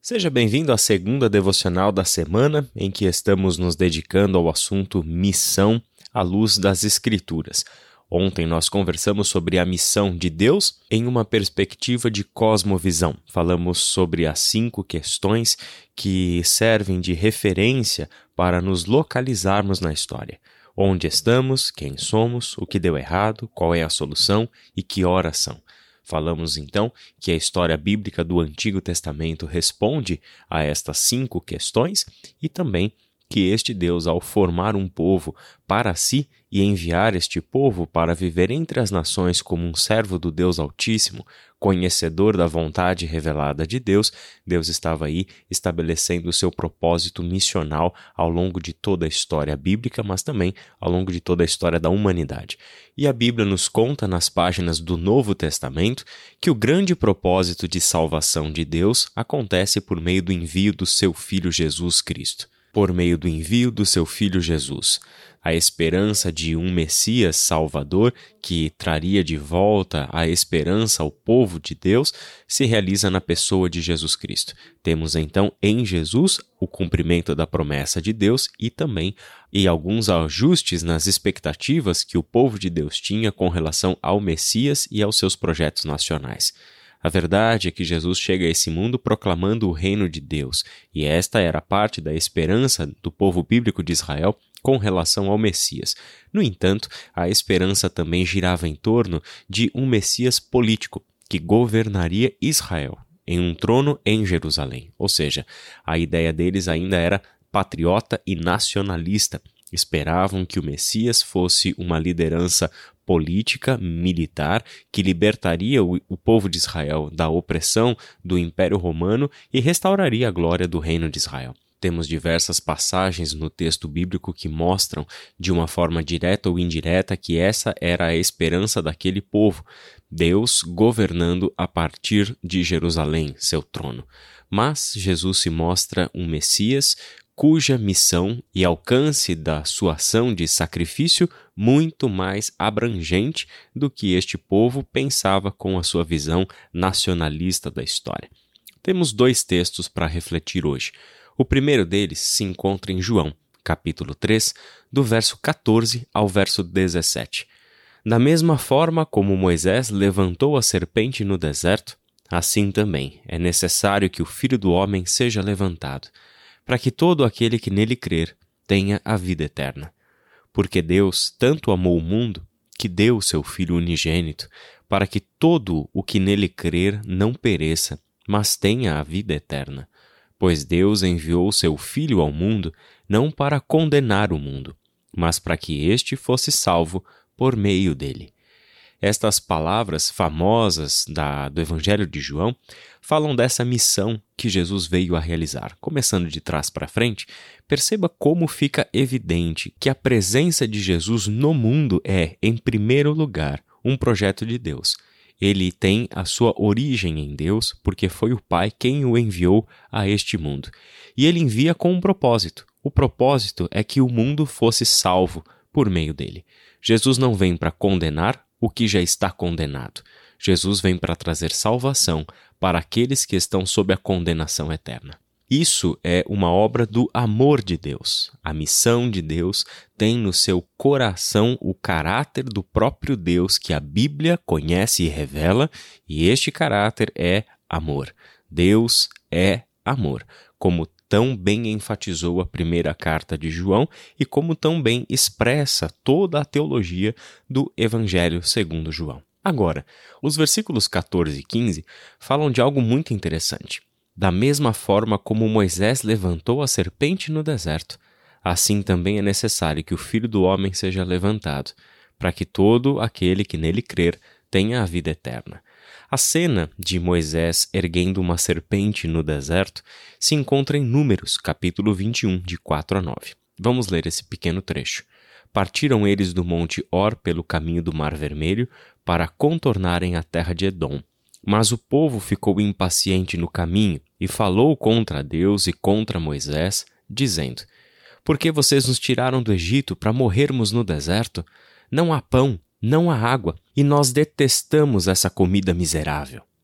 Seja bem-vindo à segunda devocional da semana, em que estamos nos dedicando ao assunto missão à luz das Escrituras. Ontem nós conversamos sobre a missão de Deus em uma perspectiva de cosmovisão. Falamos sobre as 5 questões que servem de referência para nos localizarmos na história. Onde estamos, quem somos, o que deu errado, qual é a solução e que horas são. Falamos então que a história bíblica do Antigo Testamento responde a estas 5 questões e também que este Deus, ao formar um povo para si e enviar este povo para viver entre as nações como um servo do Deus Altíssimo, conhecedor da vontade revelada de Deus, Deus estava aí estabelecendo o seu propósito missional ao longo de toda a história bíblica, mas também ao longo de toda a história da humanidade. E a Bíblia nos conta nas páginas do Novo Testamento que o grande propósito de salvação de Deus acontece por meio do envio do seu Filho Jesus Cristo. Por meio do envio do seu Filho Jesus. A esperança de um Messias Salvador que traria de volta a esperança ao povo de Deus se realiza na pessoa de Jesus Cristo. Temos então em Jesus o cumprimento da promessa de Deus e também alguns ajustes nas expectativas que o povo de Deus tinha com relação ao Messias e aos seus projetos nacionais. A verdade é que Jesus chega a esse mundo proclamando o reino de Deus, e esta era parte da esperança do povo bíblico de Israel com relação ao Messias. No entanto, a esperança também girava em torno de um Messias político que governaria Israel em um trono em Jerusalém. Ou seja, a ideia deles ainda era patriota e nacionalista. Esperavam que o Messias fosse uma liderança política, militar, que libertaria o povo de Israel da opressão do Império Romano e restauraria a glória do reino de Israel. Temos diversas passagens no texto bíblico que mostram, de uma forma direta ou indireta, que essa era a esperança daquele povo, Deus governando a partir de Jerusalém, seu trono. Mas Jesus se mostra um Messias cuja missão e alcance da sua ação de sacrifício muito mais abrangente do que este povo pensava com a sua visão nacionalista da história. Temos 2 textos para refletir hoje. O primeiro deles se encontra em João, capítulo 3, do verso 14 ao verso 17. Da mesma forma como Moisés levantou a serpente no deserto, assim também é necessário que o Filho do Homem seja levantado, para que todo aquele que nele crer tenha a vida eterna. Porque Deus tanto amou o mundo, que deu o seu Filho unigênito, para que todo o que nele crer não pereça, mas tenha a vida eterna. Pois Deus enviou o seu Filho ao mundo, não para condenar o mundo, mas para que este fosse salvo por meio dele. Estas palavras famosas do Evangelho de João falam dessa missão que Jesus veio a realizar. Começando de trás para frente, perceba como fica evidente que a presença de Jesus no mundo é, em primeiro lugar, um projeto de Deus. Ele tem a sua origem em Deus porque foi o Pai quem o enviou a este mundo. E ele envia com um propósito. O propósito é que o mundo fosse salvo por meio dele. Jesus não vem para condenar o que já está condenado. Jesus vem para trazer salvação para aqueles que estão sob a condenação eterna. Isso é uma obra do amor de Deus. A missão de Deus tem no seu coração o caráter do próprio Deus que a Bíblia conhece e revela, e este caráter é amor. Deus é amor, como tão bem enfatizou a primeira carta de João e como tão bem expressa toda a teologia do Evangelho segundo João. Agora, os versículos 14 e 15 falam de algo muito interessante. Da mesma forma como Moisés levantou a serpente no deserto, assim também é necessário que o Filho do Homem seja levantado, para que todo aquele que nele crer tenha a vida eterna. A cena de Moisés erguendo uma serpente no deserto se encontra em Números, capítulo 21, de 4 a 9. Vamos ler esse pequeno trecho. Partiram eles do monte Hor pelo caminho do Mar Vermelho para contornarem a terra de Edom. Mas o povo ficou impaciente no caminho e falou contra Deus e contra Moisés, dizendo: Por que vocês nos tiraram do Egito para morrermos no deserto? Não há pão, não há água, e nós detestamos essa comida miserável.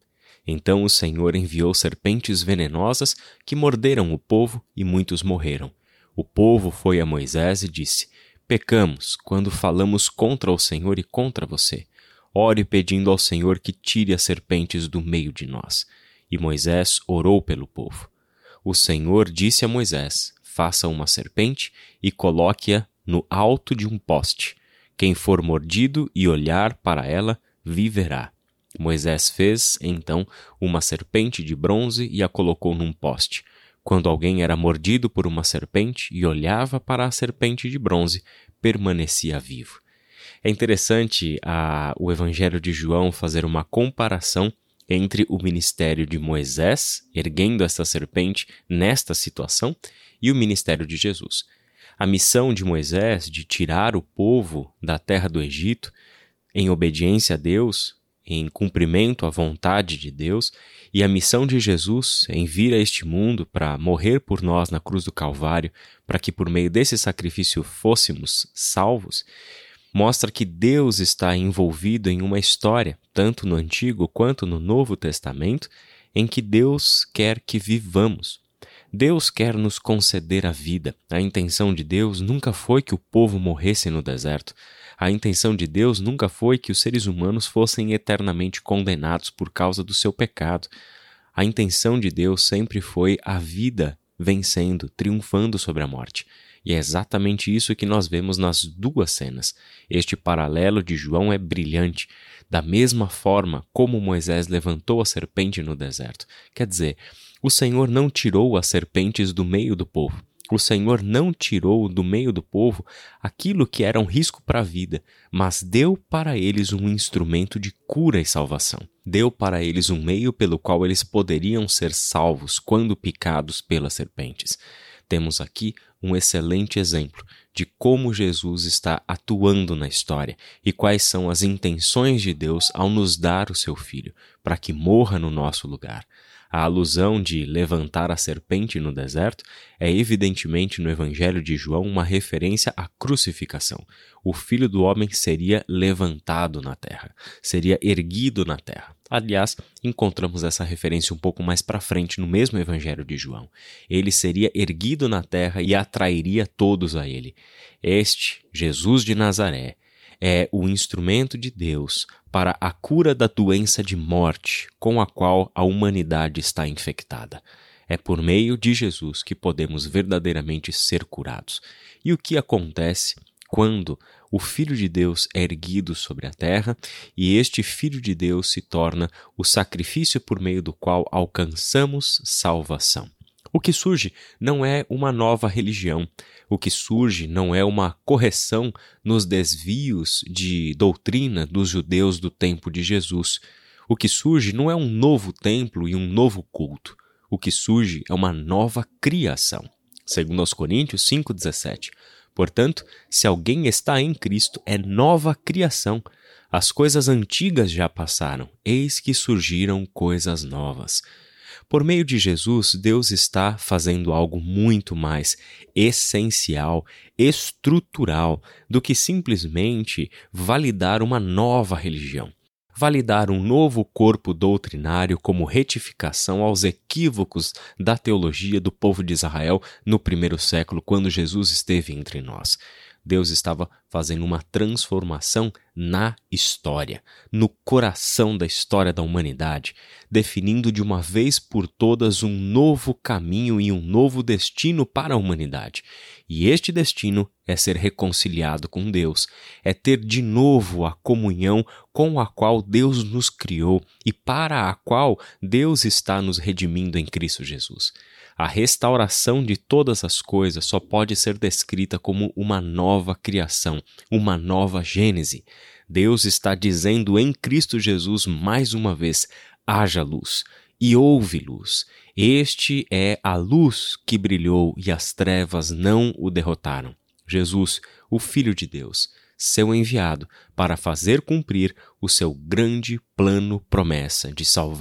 Então o Senhor enviou serpentes venenosas que morderam o povo e muitos morreram. O povo foi a Moisés e disse: Pecamos quando falamos contra o Senhor e contra você. Ore pedindo ao Senhor que tire as serpentes do meio de nós. E Moisés orou pelo povo. O Senhor disse a Moisés: Faça uma serpente e coloque-a no alto de um poste. Quem for mordido e olhar para ela, viverá. Moisés fez, então, uma serpente de bronze e a colocou num poste. Quando alguém era mordido por uma serpente e olhava para a serpente de bronze, permanecia vivo. É interessante o Evangelho de João fazer uma comparação entre o ministério de Moisés, erguendo essa serpente nesta situação, e o ministério de Jesus. A missão de Moisés de tirar o povo da terra do Egito, em obediência a Deus, em cumprimento à vontade de Deus, e a missão de Jesus em vir a este mundo para morrer por nós na cruz do Calvário, para que por meio desse sacrifício fôssemos salvos, mostra que Deus está envolvido em uma história, tanto no Antigo quanto no Novo Testamento, em que Deus quer que vivamos. Deus quer nos conceder a vida. A intenção de Deus nunca foi que o povo morresse no deserto. A intenção de Deus nunca foi que os seres humanos fossem eternamente condenados por causa do seu pecado. A intenção de Deus sempre foi a vida vencendo, triunfando sobre a morte. E é exatamente isso que nós vemos nas duas cenas. Este paralelo de João é brilhante. Da mesma forma como Moisés levantou a serpente no deserto. Quer dizer, o Senhor não tirou as serpentes do meio do povo. O Senhor não tirou do meio do povo aquilo que era um risco para a vida, mas deu para eles um instrumento de cura e salvação. Deu para eles um meio pelo qual eles poderiam ser salvos quando picados pelas serpentes. Temos aqui um excelente exemplo de como Jesus está atuando na história e quais são as intenções de Deus ao nos dar o seu Filho, para que morra no nosso lugar. A alusão de levantar a serpente no deserto é evidentemente no Evangelho de João uma referência à crucificação. O Filho do Homem seria levantado na terra, seria erguido na terra. Aliás, encontramos essa referência um pouco mais para frente no mesmo Evangelho de João. Ele seria erguido na terra e atrairia todos a ele. Este, Jesus de Nazaré, é o instrumento de Deus para a cura da doença de morte com a qual a humanidade está infectada. É por meio de Jesus que podemos verdadeiramente ser curados. E o que acontece quando o Filho de Deus é erguido sobre a terra e este Filho de Deus se torna o sacrifício por meio do qual alcançamos salvação? O que surge não é uma nova religião. O que surge não é uma correção nos desvios de doutrina dos judeus do tempo de Jesus. O que surge não é um novo templo e um novo culto. O que surge é uma nova criação. Segundo aos Coríntios 5,17. Portanto, se alguém está em Cristo, é nova criação. As coisas antigas já passaram, eis que surgiram coisas novas. Por meio de Jesus, Deus está fazendo algo muito mais essencial, estrutural, do que simplesmente validar uma nova religião. Validar um novo corpo doutrinário como retificação aos equívocos da teologia do povo de Israel no primeiro século, quando Jesus esteve entre nós. Deus estava fazendo uma transformação na história, no coração da história da humanidade, definindo de uma vez por todas um novo caminho e um novo destino para a humanidade. E este destino é ser reconciliado com Deus, é ter de novo a comunhão com a qual Deus nos criou e para a qual Deus está nos redimindo em Cristo Jesus. A restauração de todas as coisas só pode ser descrita como uma nova criação, uma nova gênese. Deus está dizendo em Cristo Jesus mais uma vez: haja luz. E houve luz. Este é a luz que brilhou e as trevas não o derrotaram. Jesus, o Filho de Deus, seu enviado para fazer cumprir o seu grande plano promessa de salvar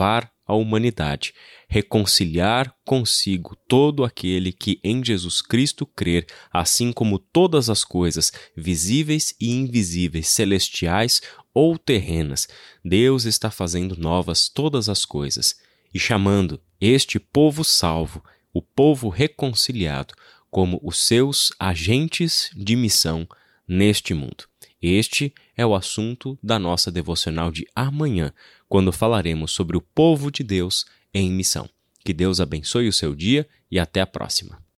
a humanidade, reconciliar consigo todo aquele que em Jesus Cristo crer, assim como todas as coisas, visíveis e invisíveis, celestiais ou terrenas. Deus está fazendo novas todas as coisas e chamando este povo salvo, o povo reconciliado, como os seus agentes de missão neste mundo. Este é o assunto da nossa devocional de amanhã, quando falaremos sobre o povo de Deus em missão. Que Deus abençoe o seu dia e até a próxima.